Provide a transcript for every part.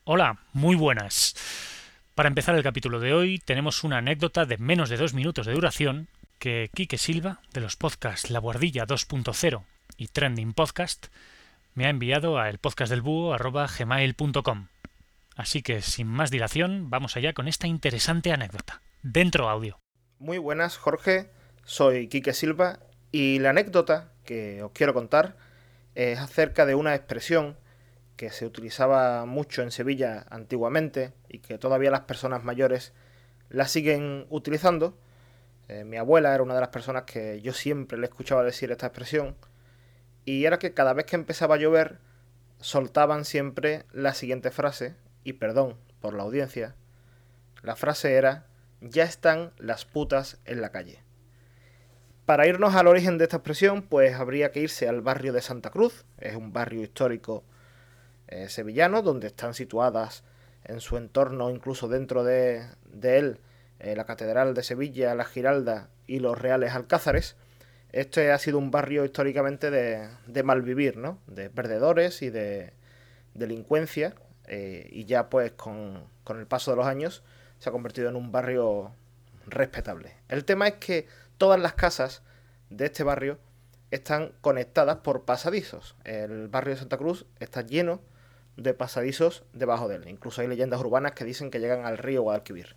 Hola, muy buenas. Para empezar el capítulo de hoy tenemos una anécdota de menos de 2 minutos de duración que Quique Silva, de los podcasts La Guardilla 2.0 y Trending Podcast, me ha enviado a elpodcastdelbúho@gmail.com. Así que, sin más dilación, vamos allá con esta interesante anécdota. Dentro audio. Muy buenas, Jorge. Soy Quique Silva y la anécdota que os quiero contar es acerca de una expresión que se utilizaba mucho en Sevilla antiguamente y que todavía las personas mayores la siguen utilizando. Mi abuela era una de las personas que yo siempre le escuchaba decir esta expresión y era que cada vez que empezaba a llover soltaban siempre la siguiente frase, y perdón por la audiencia, la frase era: ya están las putas en la calle. Para irnos al origen de esta expresión, pues habría que irse al barrio de Santa Cruz. Es un barrio histórico sevillano donde están situadas en su entorno, incluso dentro de él, la Catedral de Sevilla, la Giralda y los Reales Alcázares. Este ha sido un barrio históricamente de malvivir, ¿no? De perdedores y de delincuencia, y ya pues con el paso de los años se ha convertido en un barrio respetable. El tema es que todas las casas de este barrio están conectadas por pasadizos. El barrio de Santa Cruz está lleno de pasadizos debajo de él. Incluso hay leyendas urbanas que dicen que llegan al río Guadalquivir.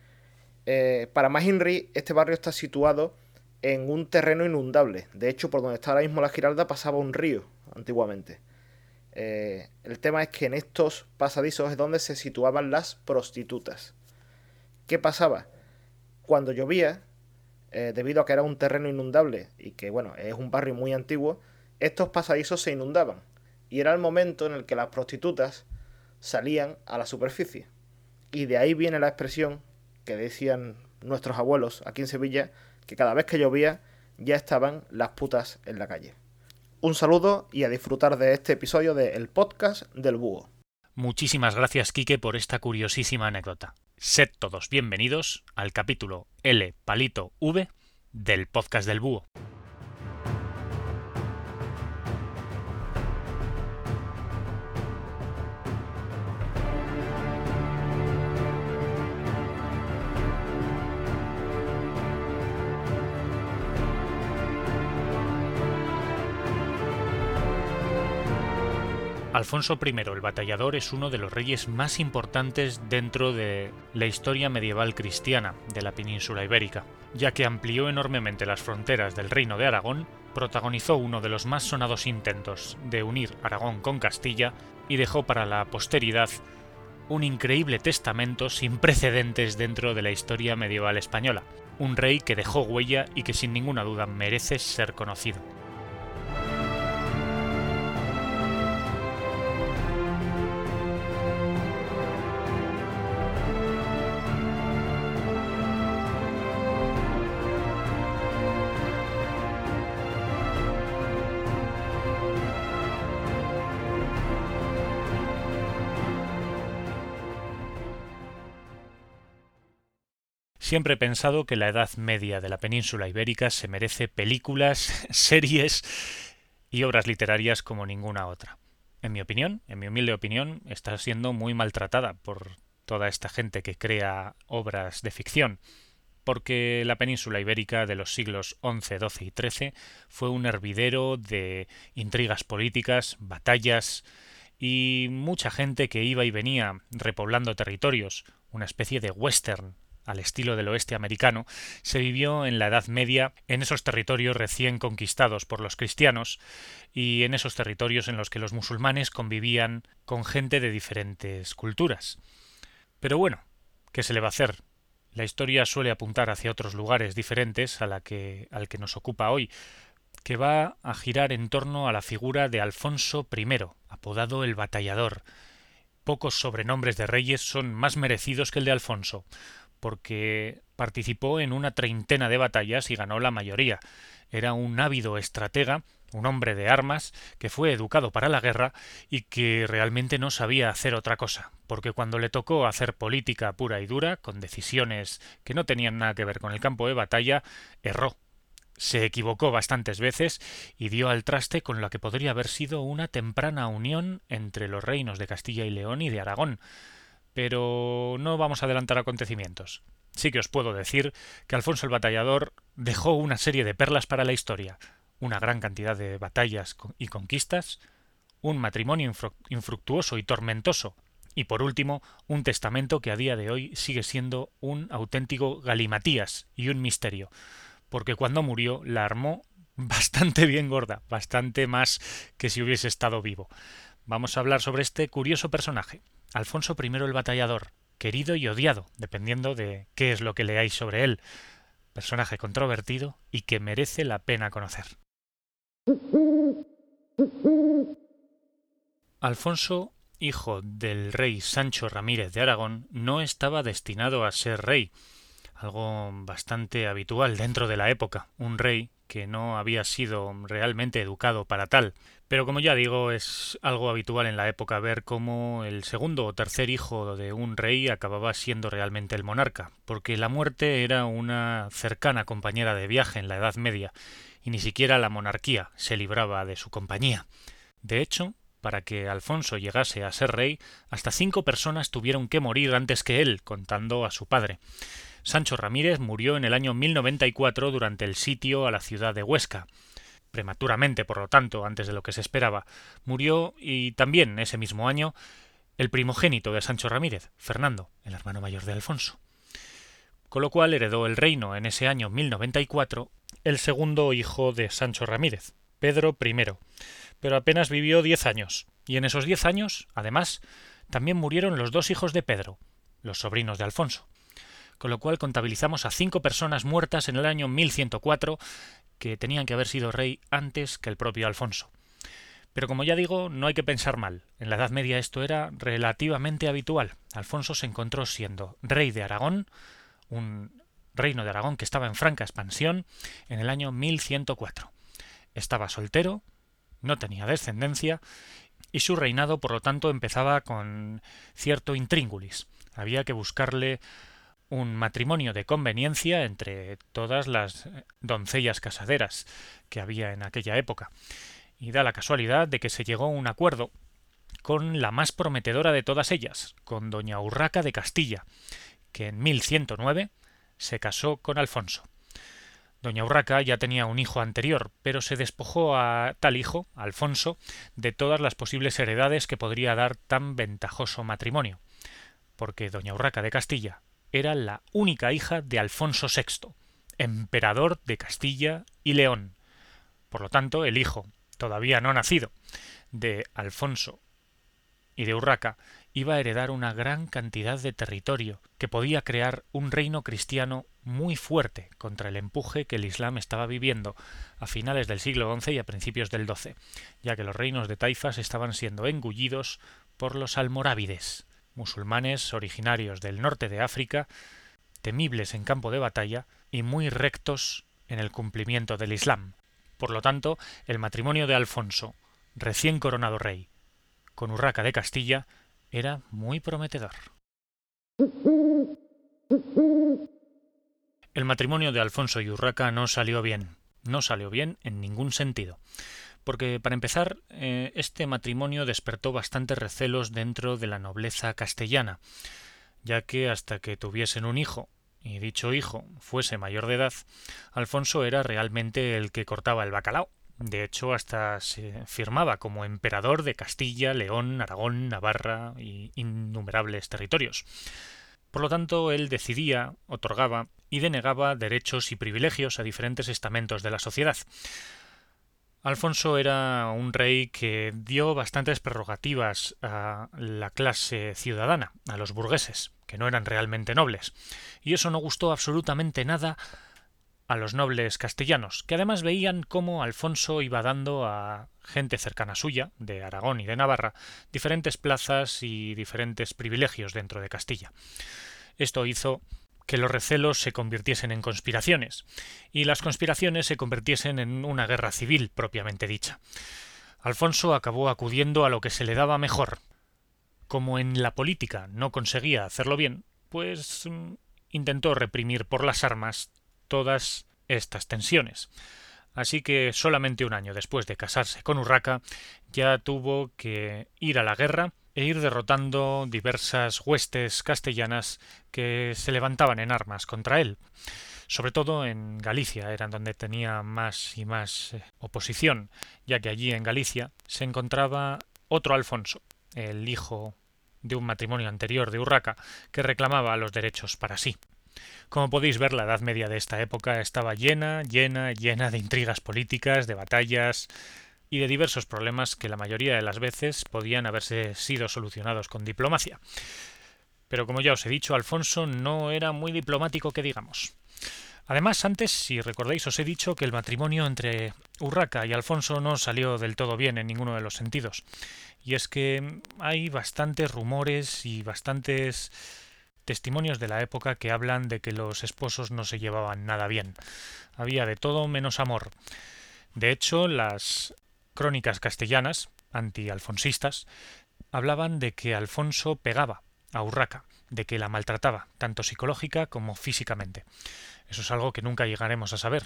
Para más Inri, este barrio está situado en un terreno inundable. De hecho, por donde está ahora mismo la Giralda pasaba un río antiguamente. El tema es que en estos pasadizos es donde se situaban las prostitutas. ¿Qué pasaba? Cuando llovía, debido a que era un terreno inundable y que, bueno, es un barrio muy antiguo, estos pasadizos se inundaban. Y era el momento en el que las prostitutas salían a la superficie. Y de ahí viene la expresión que decían nuestros abuelos aquí en Sevilla, que cada vez que llovía ya estaban las putas en la calle. Un saludo y a disfrutar de este episodio de El Podcast del Búho. Muchísimas gracias, Quique, por esta curiosísima anécdota. Sed todos bienvenidos al capítulo L palito V del podcast del Búho. Alfonso I el Batallador es uno de los reyes más importantes dentro de la historia medieval cristiana de la península ibérica, ya que amplió enormemente las fronteras del reino de Aragón, protagonizó uno de los más sonados intentos de unir Aragón con Castilla y dejó para la posteridad un increíble testamento sin precedentes dentro de la historia medieval española, un rey que dejó huella y que sin ninguna duda merece ser conocido. Siempre he pensado que la Edad Media de la península ibérica se merece películas, series y obras literarias como ninguna otra. En mi opinión, en mi humilde opinión, está siendo muy maltratada por toda esta gente que crea obras de ficción, porque la península ibérica de los siglos XI, XII y XIII fue un hervidero de intrigas políticas, batallas y mucha gente que iba y venía repoblando territorios, una especie de western al estilo del oeste americano, se vivió en la Edad Media en esos territorios recién conquistados por los cristianos y en esos territorios en los que los musulmanes convivían con gente de diferentes culturas. Pero bueno, ¿qué se le va a hacer? La historia suele apuntar hacia otros lugares diferentes al que nos ocupa hoy, que va a girar en torno a la figura de Alfonso I, apodado el Batallador. Pocos sobrenombres de reyes son más merecidos que el de Alfonso, porque participó en una treintena de batallas y ganó la mayoría. Era un ávido estratega, un hombre de armas, que fue educado para la guerra y que realmente no sabía hacer otra cosa, porque cuando le tocó hacer política pura y dura, con decisiones que no tenían nada que ver con el campo de batalla, erró. Se equivocó bastantes veces y dio al traste con la que podría haber sido una temprana unión entre los reinos de Castilla y León y de Aragón. Pero no vamos a adelantar acontecimientos. Sí que os puedo decir que Alfonso el Batallador dejó una serie de perlas para la historia, una gran cantidad de batallas y conquistas, un matrimonio infructuoso y tormentoso, y por último, un testamento que a día de hoy sigue siendo un auténtico galimatías y un misterio, porque cuando murió la armó bastante bien gorda, bastante más que si hubiese estado vivo. Vamos a hablar sobre este curioso personaje, Alfonso I el Batallador, querido y odiado, dependiendo de qué es lo que leáis sobre él. Personaje controvertido y que merece la pena conocer. Alfonso, hijo del rey Sancho Ramírez de Aragón, no estaba destinado a ser rey, algo bastante habitual dentro de la época, un rey que no había sido realmente educado para tal. Pero como ya digo, es algo habitual en la época ver cómo el segundo o tercer hijo de un rey acababa siendo realmente el monarca, porque la muerte era una cercana compañera de viaje en la Edad Media, y ni siquiera la monarquía se libraba de su compañía. De hecho, para que Alfonso llegase a ser rey, hasta 5 personas tuvieron que morir antes que él, contando a su padre. Sancho Ramírez murió en el año 1094 durante el sitio a la ciudad de Huesca. Prematuramente, por lo tanto, antes de lo que se esperaba. Murió, y también ese mismo año, el primogénito de Sancho Ramírez, Fernando, el hermano mayor de Alfonso. Con lo cual heredó el reino en ese año 1094 el segundo hijo de Sancho Ramírez, Pedro I. Pero apenas vivió 10 años, y en esos 10 años, además, también murieron los 2 hijos de Pedro, los sobrinos de Alfonso. Con lo cual contabilizamos a 5 personas muertas en el año 1104 que tenían que haber sido rey antes que el propio Alfonso. Pero como ya digo, no hay que pensar mal. En la Edad Media esto era relativamente habitual. Alfonso se encontró siendo rey de Aragón, un reino de Aragón que estaba en franca expansión, en el año 1104. Estaba soltero, no tenía descendencia, y su reinado, por lo tanto, empezaba con cierto intríngulis. Había que buscarle un matrimonio de conveniencia entre todas las doncellas casaderas que había en aquella época. Y da la casualidad de que se llegó a un acuerdo con la más prometedora de todas ellas, con doña Urraca de Castilla, que en 1109 se casó con Alfonso. Doña Urraca ya tenía un hijo anterior, pero se despojó a tal hijo, Alfonso, de todas las posibles heredades que podría dar tan ventajoso matrimonio, porque doña Urraca de Castilla era la única hija de Alfonso VI, emperador de Castilla y León. Por lo tanto, el hijo, todavía no nacido, de Alfonso y de Urraca iba a heredar una gran cantidad de territorio que podía crear un reino cristiano muy fuerte contra el empuje que el Islam estaba viviendo a finales del siglo XI y a principios del XII, ya que los reinos de taifas estaban siendo engullidos por los almorávides, musulmanes originarios del norte de África, temibles en campo de batalla y muy rectos en el cumplimiento del Islam. Por lo tanto, el matrimonio de Alfonso, recién coronado rey, con Urraca de Castilla, era muy prometedor. El matrimonio de Alfonso y Urraca no salió bien en ningún sentido. Porque, para empezar, este matrimonio despertó bastantes recelos dentro de la nobleza castellana, ya que hasta que tuviesen un hijo, y dicho hijo fuese mayor de edad, Alfonso era realmente el que cortaba el bacalao. De hecho, hasta se firmaba como emperador de Castilla, León, Aragón, Navarra y innumerables territorios. Por lo tanto, él decidía, otorgaba y denegaba derechos y privilegios a diferentes estamentos de la sociedad. Alfonso era un rey que dio bastantes prerrogativas a la clase ciudadana, a los burgueses, que no eran realmente nobles, y eso no gustó absolutamente nada a los nobles castellanos, que además veían cómo Alfonso iba dando a gente cercana suya, de Aragón y de Navarra, diferentes plazas y diferentes privilegios dentro de Castilla. Esto hizo que los recelos se convirtiesen en conspiraciones, y las conspiraciones se convirtiesen en una guerra civil propiamente dicha. Alfonso acabó acudiendo a lo que se le daba mejor. Como en la política no conseguía hacerlo bien, pues intentó reprimir por las armas todas estas tensiones. Así que solamente un año después de casarse con Urraca ya tuvo que ir a la guerra e ir derrotando diversas huestes castellanas que se levantaban en armas contra él. Sobre todo en Galicia era donde tenía más y más oposición, ya que allí en Galicia se encontraba otro Alfonso, el hijo de un matrimonio anterior de Urraca, que reclamaba los derechos para sí. Como podéis ver, la Edad Media de esta época estaba llena de intrigas políticas, de batallas y de diversos problemas que la mayoría de las veces podían haberse sido solucionados con diplomacia. Pero como ya os he dicho, Alfonso no era muy diplomático que digamos. Además, antes, si recordáis, os he dicho que el matrimonio entre Urraca y Alfonso no salió del todo bien en ninguno de los sentidos. Y es que hay bastantes rumores y bastantes testimonios de la época que hablan de que los esposos no se llevaban nada bien. Había de todo menos amor. De hecho, las crónicas castellanas, anti-alfonsistas, hablaban de que Alfonso pegaba a Urraca, de que la maltrataba, tanto psicológica como físicamente. Eso es algo que nunca llegaremos a saber,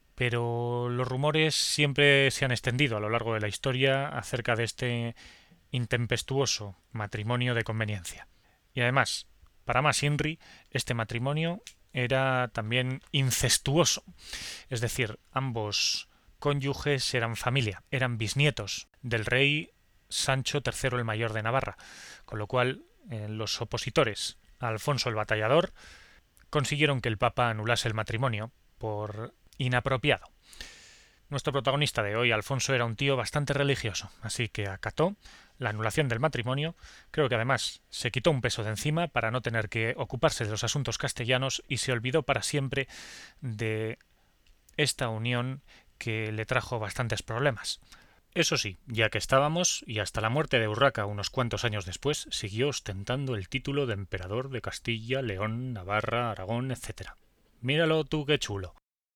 pero los rumores siempre se han extendido a lo largo de la historia acerca de este intempestuoso matrimonio de conveniencia. Y además, para más Inri, este matrimonio era también incestuoso, es decir, ambos cónyuges eran familia, eran bisnietos del rey Sancho III el Mayor de Navarra, con lo cual los opositores a Alfonso el Batallador consiguieron que el Papa anulase el matrimonio por inapropiado. Nuestro protagonista de hoy, Alfonso, era un tío bastante religioso, así que acató la anulación del matrimonio. Creo que además se quitó un peso de encima para no tener que ocuparse de los asuntos castellanos y se olvidó para siempre de esta unión que le trajo bastantes problemas. Eso sí, ya que estábamos, y hasta la muerte de Urraca unos cuantos años después, siguió ostentando el título de emperador de Castilla, León, Navarra, Aragón, etc. Míralo tú qué chulo.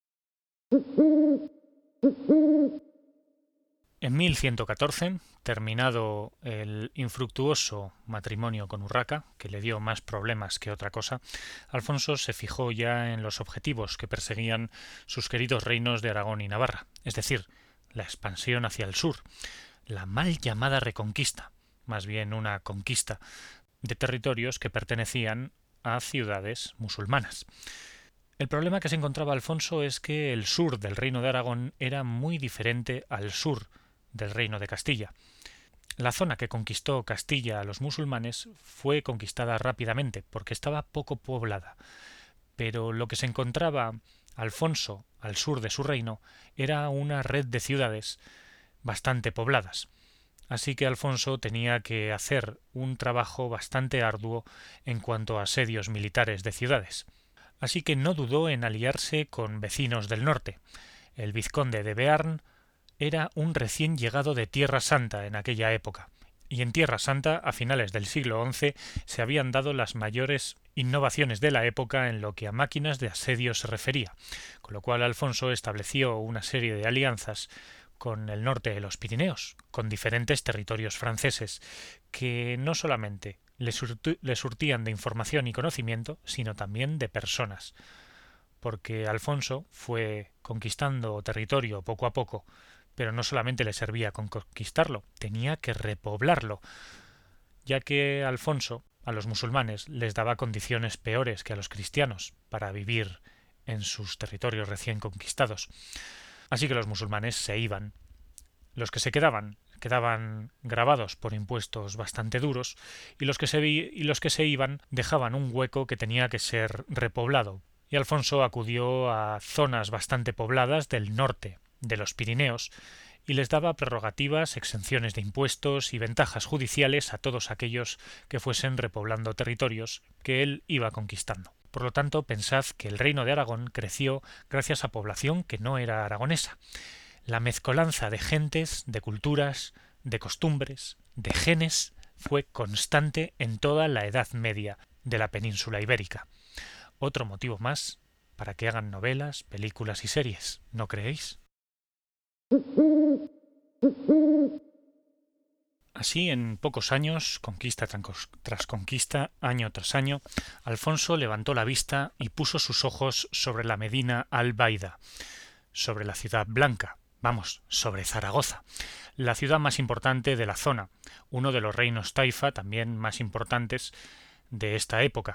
En 1114, terminado el infructuoso matrimonio con Urraca, que le dio más problemas que otra cosa, Alfonso se fijó ya en los objetivos que perseguían sus queridos reinos de Aragón y Navarra, es decir, la expansión hacia el sur, la mal llamada reconquista, más bien una conquista, de territorios que pertenecían a ciudades musulmanas. El problema que se encontraba Alfonso es que el sur del reino de Aragón era muy diferente al sur del reino de Castilla. La zona que conquistó Castilla a los musulmanes fue conquistada rápidamente porque estaba poco poblada, pero lo que se encontraba Alfonso al sur de su reino era una red de ciudades bastante pobladas. Así que Alfonso tenía que hacer un trabajo bastante arduo en cuanto a asedios militares de ciudades. Así que no dudó en aliarse con vecinos del norte. El vizconde de Bearn era un recién llegado de Tierra Santa en aquella época, y en Tierra Santa, a finales del siglo XI, se habían dado las mayores innovaciones de la época en lo que a máquinas de asedio se refería, con lo cual Alfonso estableció una serie de alianzas con el norte de los Pirineos, con diferentes territorios franceses, que no solamente le surtían de información y conocimiento, sino también de personas, porque Alfonso fue conquistando territorio poco a poco, pero no solamente le servía con conquistarlo, tenía que repoblarlo, ya que Alfonso a los musulmanes les daba condiciones peores que a los cristianos para vivir en sus territorios recién conquistados. Así que los musulmanes se iban. Los que se quedaban grabados por impuestos bastante duros, y los que se iban dejaban un hueco que tenía que ser repoblado. Y Alfonso acudió a zonas bastante pobladas del norte de los Pirineos y les daba prerrogativas, exenciones de impuestos y ventajas judiciales a todos aquellos que fuesen repoblando territorios que él iba conquistando. Por lo tanto, pensad que el reino de Aragón creció gracias a población que no era aragonesa. La mezcolanza de gentes, de culturas, de costumbres, de genes fue constante en toda la Edad Media de la península ibérica. Otro motivo más para que hagan novelas, películas y series, ¿no creéis? Así, en pocos años, conquista tras conquista, año tras año, Alfonso levantó la vista y puso sus ojos sobre la Medina al-Baida, sobre la ciudad blanca, vamos, sobre Zaragoza, la ciudad más importante de la zona, uno de los reinos taifa también más importantes de esta época,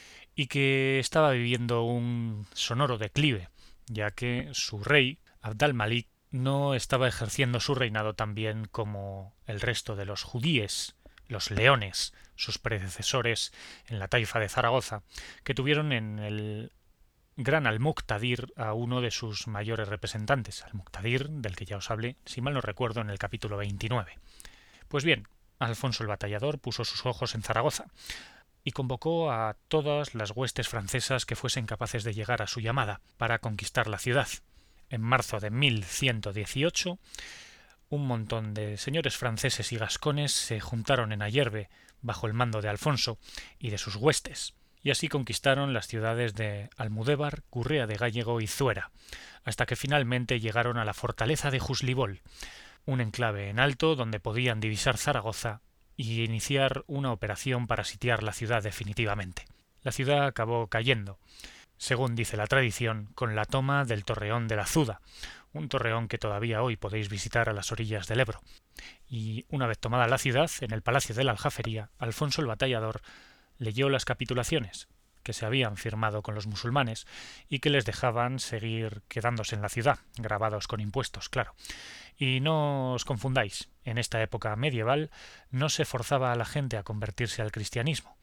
y que estaba viviendo un sonoro declive, ya que su rey, Abd al-Malik, no estaba ejerciendo su reinado tan bien como el resto de los judíes, los leones, sus predecesores en la taifa de Zaragoza, que tuvieron en el gran al-Muqtadir a uno de sus mayores representantes, al-Muqtadir, del que ya os hablé, si mal no recuerdo, en el capítulo 29. Pues bien, Alfonso el Batallador puso sus ojos en Zaragoza y convocó a todas las huestes francesas que fuesen capaces de llegar a su llamada para conquistar la ciudad. En marzo de 1118, un montón de señores franceses y gascones se juntaron en Ayerbe bajo el mando de Alfonso y de sus huestes, y así conquistaron las ciudades de Almudévar, Gurrea de Gállego y Zuera, hasta que finalmente llegaron a la fortaleza de Juslibol, un enclave en alto donde podían divisar Zaragoza y iniciar una operación para sitiar la ciudad definitivamente. La ciudad acabó cayendo, según dice la tradición, con la toma del Torreón de la Zuda, un torreón que todavía hoy podéis visitar a las orillas del Ebro. Y una vez tomada la ciudad, en el Palacio de la Aljafería, Alfonso el Batallador leyó las capitulaciones que se habían firmado con los musulmanes y que les dejaban seguir quedándose en la ciudad, grabados con impuestos, claro. Y no os confundáis, en esta época medieval no se forzaba a la gente a convertirse al cristianismo.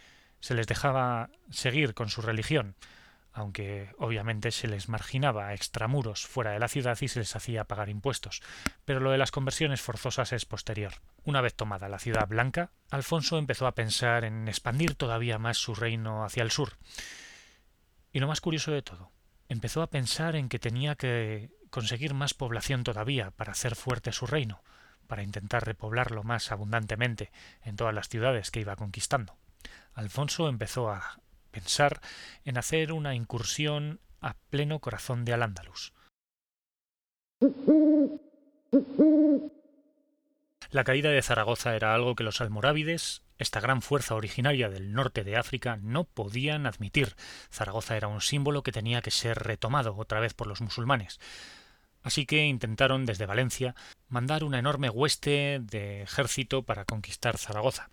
Se les dejaba seguir con su religión, aunque obviamente se les marginaba a extramuros fuera de la ciudad y se les hacía pagar impuestos, pero lo de las conversiones forzosas es posterior. Una vez tomada la ciudad blanca, Alfonso empezó a pensar en expandir todavía más su reino hacia el sur. Y lo más curioso de todo, empezó a pensar en que tenía que conseguir más población todavía para hacer fuerte su reino, para intentar repoblarlo más abundantemente en todas las ciudades que iba conquistando. Alfonso empezó a pensar en hacer una incursión a pleno corazón de Al-Ándalus. La caída de Zaragoza era algo que los almorávides, esta gran fuerza originaria del norte de África, no podían admitir. Zaragoza era un símbolo que tenía que ser retomado otra vez por los musulmanes. Así que intentaron desde Valencia mandar una enorme hueste de ejército para conquistar Zaragoza.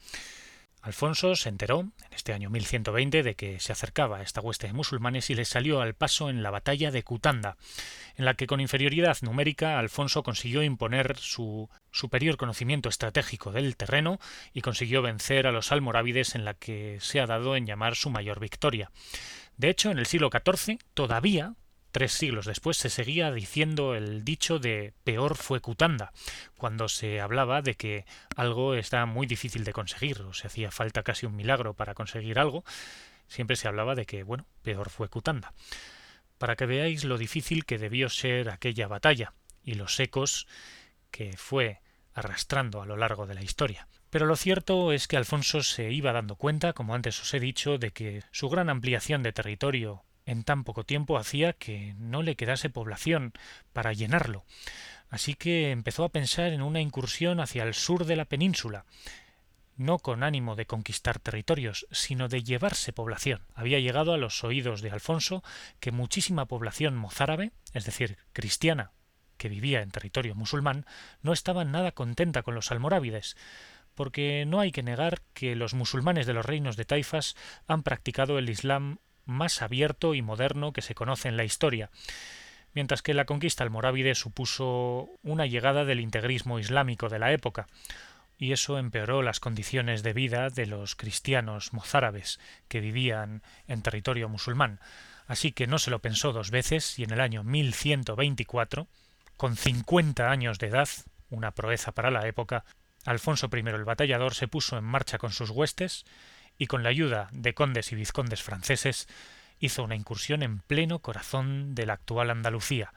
Alfonso se enteró, en este año 1120, de que se acercaba esta hueste de musulmanes y les salió al paso en la batalla de Cutanda, en la que con inferioridad numérica Alfonso consiguió imponer su superior conocimiento estratégico del terreno y consiguió vencer a los almorávides, en la que se ha dado en llamar su mayor victoria. De hecho, en el siglo XIV, todavía 3 siglos después, se seguía diciendo el dicho de peor fue Cutanda, cuando se hablaba de que algo está muy difícil de conseguir, o se hacía falta casi un milagro para conseguir algo, siempre se hablaba de que, bueno, peor fue Cutanda. Para que veáis lo difícil que debió ser aquella batalla, y los ecos que fue arrastrando a lo largo de la historia. Pero lo cierto es que Alfonso se iba dando cuenta, como antes os he dicho, de que su gran ampliación de territorio en tan poco tiempo hacía que no le quedase población para llenarlo. Así que empezó a pensar en una incursión hacia el sur de la península, no con ánimo de conquistar territorios, sino de llevarse población. Había llegado a los oídos de Alfonso que muchísima población mozárabe, es decir, cristiana, que vivía en territorio musulmán, no estaba nada contenta con los almorávides, porque no hay que negar que los musulmanes de los reinos de taifas han practicado el Islam más abierto y moderno que se conoce en la historia, mientras que la conquista almorávide supuso una llegada del integrismo islámico de la época, y eso empeoró las condiciones de vida de los cristianos mozárabes que vivían en territorio musulmán. Así que no se lo pensó dos veces y en el año 1124, con 50 años de edad, una proeza para la época, Alfonso I el Batallador se puso en marcha con sus huestes y con la ayuda de condes y vizcondes franceses hizo una incursión en pleno corazón de la actual Andalucía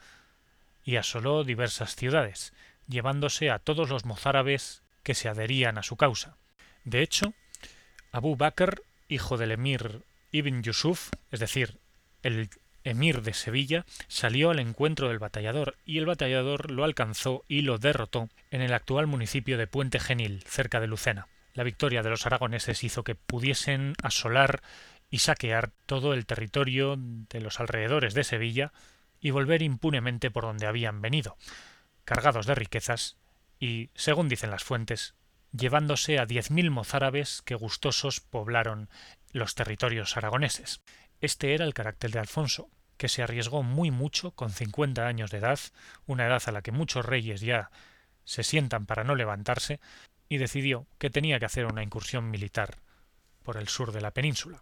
y asoló diversas ciudades, llevándose a todos los mozárabes que se adherían a su causa. De hecho, Abú Bakr, hijo del emir Ibn Yusuf, es decir, el emir de Sevilla, salió al encuentro del batallador y el batallador lo alcanzó y lo derrotó en el actual municipio de Puente Genil, cerca de Lucena. La victoria de los aragoneses hizo que pudiesen asolar y saquear todo el territorio de los alrededores de Sevilla y volver impunemente por donde habían venido, cargados de riquezas y, según dicen las fuentes, llevándose a 10.000 mozárabes que gustosos poblaron los territorios aragoneses. Este era el carácter de Alfonso, que se arriesgó muy mucho con 50 años de edad, una edad a la que muchos reyes ya se sientan para no levantarse, y decidió que tenía que hacer una incursión militar por el sur de la península.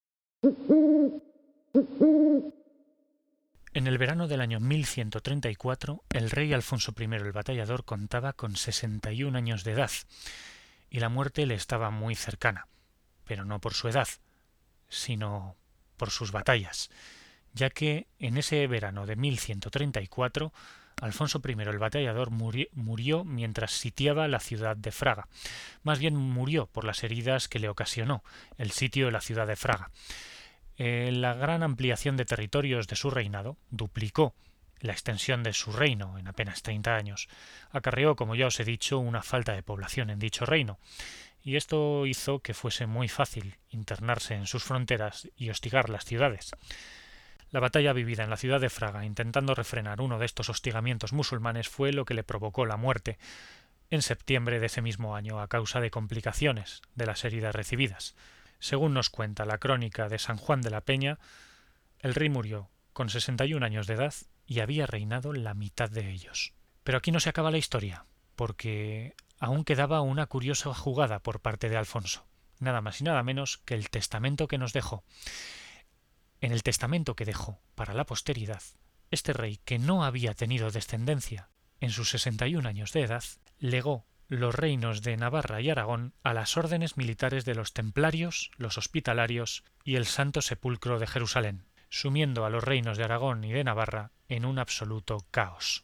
En el verano del año 1134, el rey Alfonso I el Batallador contaba con 61 años de edad, y la muerte le estaba muy cercana, pero no por su edad, sino por sus batallas, ya que en ese verano de 1134 Alfonso I el Batallador murió mientras sitiaba la ciudad de Fraga. Más bien murió por las heridas que le ocasionó el sitio de la ciudad de Fraga. La gran ampliación de territorios de su reinado duplicó la extensión de su reino en apenas 30 años. Acarreó, como ya os he dicho, una falta de población en dicho reino, y esto hizo que fuese muy fácil internarse en sus fronteras y hostigar las ciudades. La batalla vivida en la ciudad de Fraga intentando refrenar uno de estos hostigamientos musulmanes fue lo que le provocó la muerte en septiembre de ese mismo año a causa de complicaciones de las heridas recibidas. Según nos cuenta la crónica de San Juan de la Peña, el rey murió con 61 años de edad y había reinado la mitad de ellos. Pero aquí no se acaba la historia, porque aún quedaba una curiosa jugada por parte de Alfonso, nada más y nada menos que el testamento que nos dejó. En el testamento que dejó para la posteridad, este rey, que no había tenido descendencia en sus 61 años de edad, legó los reinos de Navarra y Aragón a las órdenes militares de los templarios, los hospitalarios y el Santo Sepulcro de Jerusalén, sumiendo a los reinos de Aragón y de Navarra en un absoluto caos.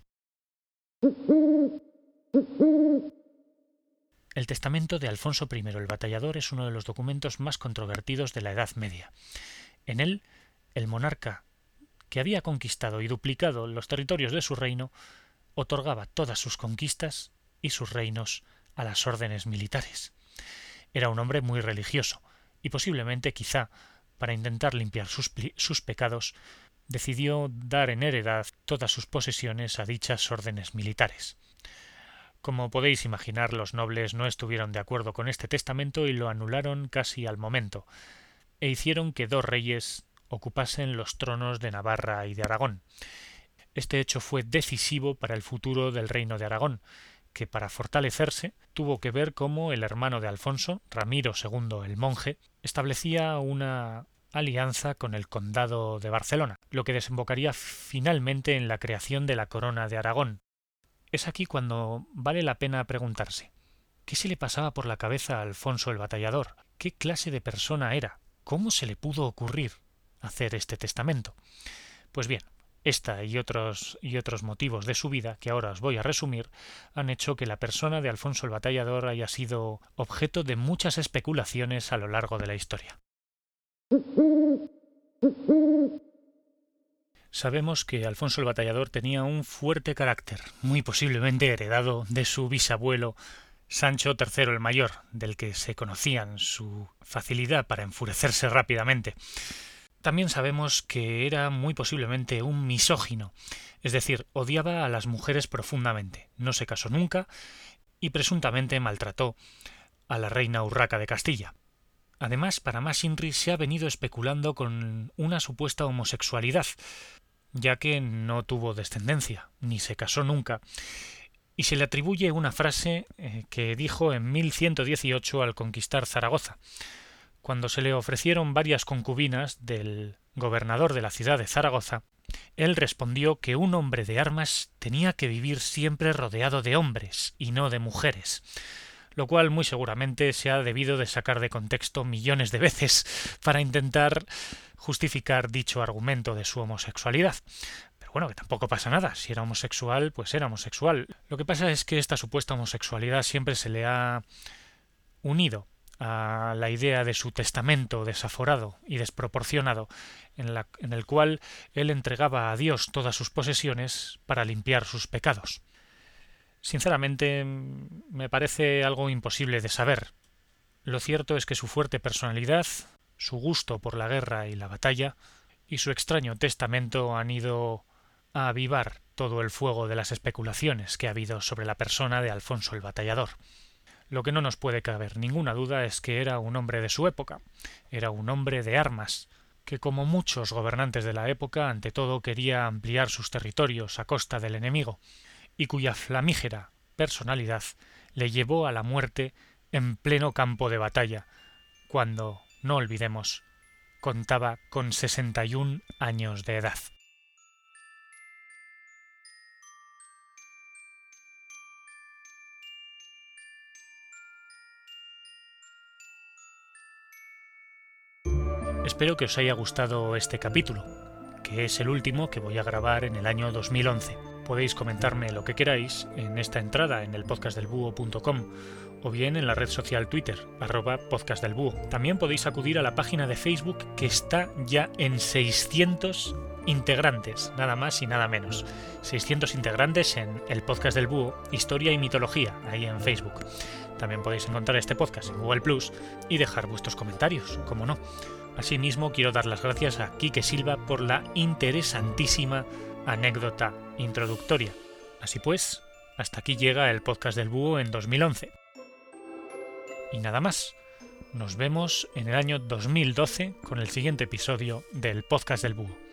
El testamento de Alfonso I el Batallador es uno de los documentos más controvertidos de la Edad Media. En él, el monarca, que había conquistado y duplicado los territorios de su reino, otorgaba todas sus conquistas y sus reinos a las órdenes militares. Era un hombre muy religioso, y posiblemente, quizá, para intentar limpiar sus pecados, decidió dar en heredad todas sus posesiones a dichas órdenes militares. Como podéis imaginar, los nobles no estuvieron de acuerdo con este testamento y lo anularon casi al momento, e hicieron que dos reyes ocupasen los tronos de Navarra y de Aragón. Este hecho fue decisivo para el futuro del reino de Aragón, que para fortalecerse tuvo que ver cómo el hermano de Alfonso, Ramiro II el Monje, establecía una alianza con el condado de Barcelona, lo que desembocaría finalmente en la creación de la corona de Aragón. Es aquí cuando vale la pena preguntarse, ¿qué se le pasaba por la cabeza a Alfonso el Batallador? ¿Qué clase de persona era? ¿Cómo se le pudo ocurrir hacer este testamento? Pues bien, esta y otros motivos de su vida, que ahora os voy a resumir, han hecho que la persona de Alfonso el Batallador haya sido objeto de muchas especulaciones a lo largo de la historia. Sabemos que Alfonso el Batallador tenía un fuerte carácter, muy posiblemente heredado de su bisabuelo Sancho III el Mayor, del que se conocían su facilidad para enfurecerse rápidamente. También sabemos que era muy posiblemente un misógino, es decir, odiaba a las mujeres profundamente, no se casó nunca y presuntamente maltrató a la reina Urraca de Castilla. Además, para más inri se ha venido especulando con una supuesta homosexualidad, ya que no tuvo descendencia, ni se casó nunca, y se le atribuye una frase que dijo en 1118 al conquistar Zaragoza. Cuando se le ofrecieron varias concubinas del gobernador de la ciudad de Zaragoza, él respondió que un hombre de armas tenía que vivir siempre rodeado de hombres y no de mujeres, lo cual muy seguramente se ha debido de sacar de contexto millones de veces para intentar justificar dicho argumento de su homosexualidad. Pero bueno, que tampoco pasa nada, si era homosexual, pues era homosexual. Lo que pasa es que esta supuesta homosexualidad siempre se le ha unido a la idea de su testamento desaforado y desproporcionado, en el cual él entregaba a Dios todas sus posesiones para limpiar sus pecados. Sinceramente, me parece algo imposible de saber. Lo cierto es que su fuerte personalidad, su gusto por la guerra y la batalla, y su extraño testamento han ido a avivar todo el fuego de las especulaciones que ha habido sobre la persona de Alfonso el Batallador. Lo que no nos puede caber ninguna duda es que era un hombre de su época, era un hombre de armas, que como muchos gobernantes de la época, ante todo quería ampliar sus territorios a costa del enemigo, y cuya flamígera personalidad le llevó a la muerte en pleno campo de batalla, cuando, no olvidemos, contaba con 61 años de edad. Espero que os haya gustado este capítulo, que es el último que voy a grabar en el año 2011. Podéis comentarme lo que queráis en esta entrada en el podcastdelbúho.com o bien en la red social Twitter, @podcastdelbúho. También podéis acudir a la página de Facebook, que está ya en 600 integrantes, nada más y nada menos. 600 integrantes en el Podcast del Búho, Historia y Mitología, ahí en Facebook. También podéis encontrar este podcast en Google Plus y dejar vuestros comentarios, como no. Asimismo, quiero dar las gracias a Quique Silva por la interesantísima anécdota introductoria. Así pues, hasta aquí llega el Podcast del Búho en 2011. Y nada más. Nos vemos en el año 2012 con el siguiente episodio del Podcast del Búho.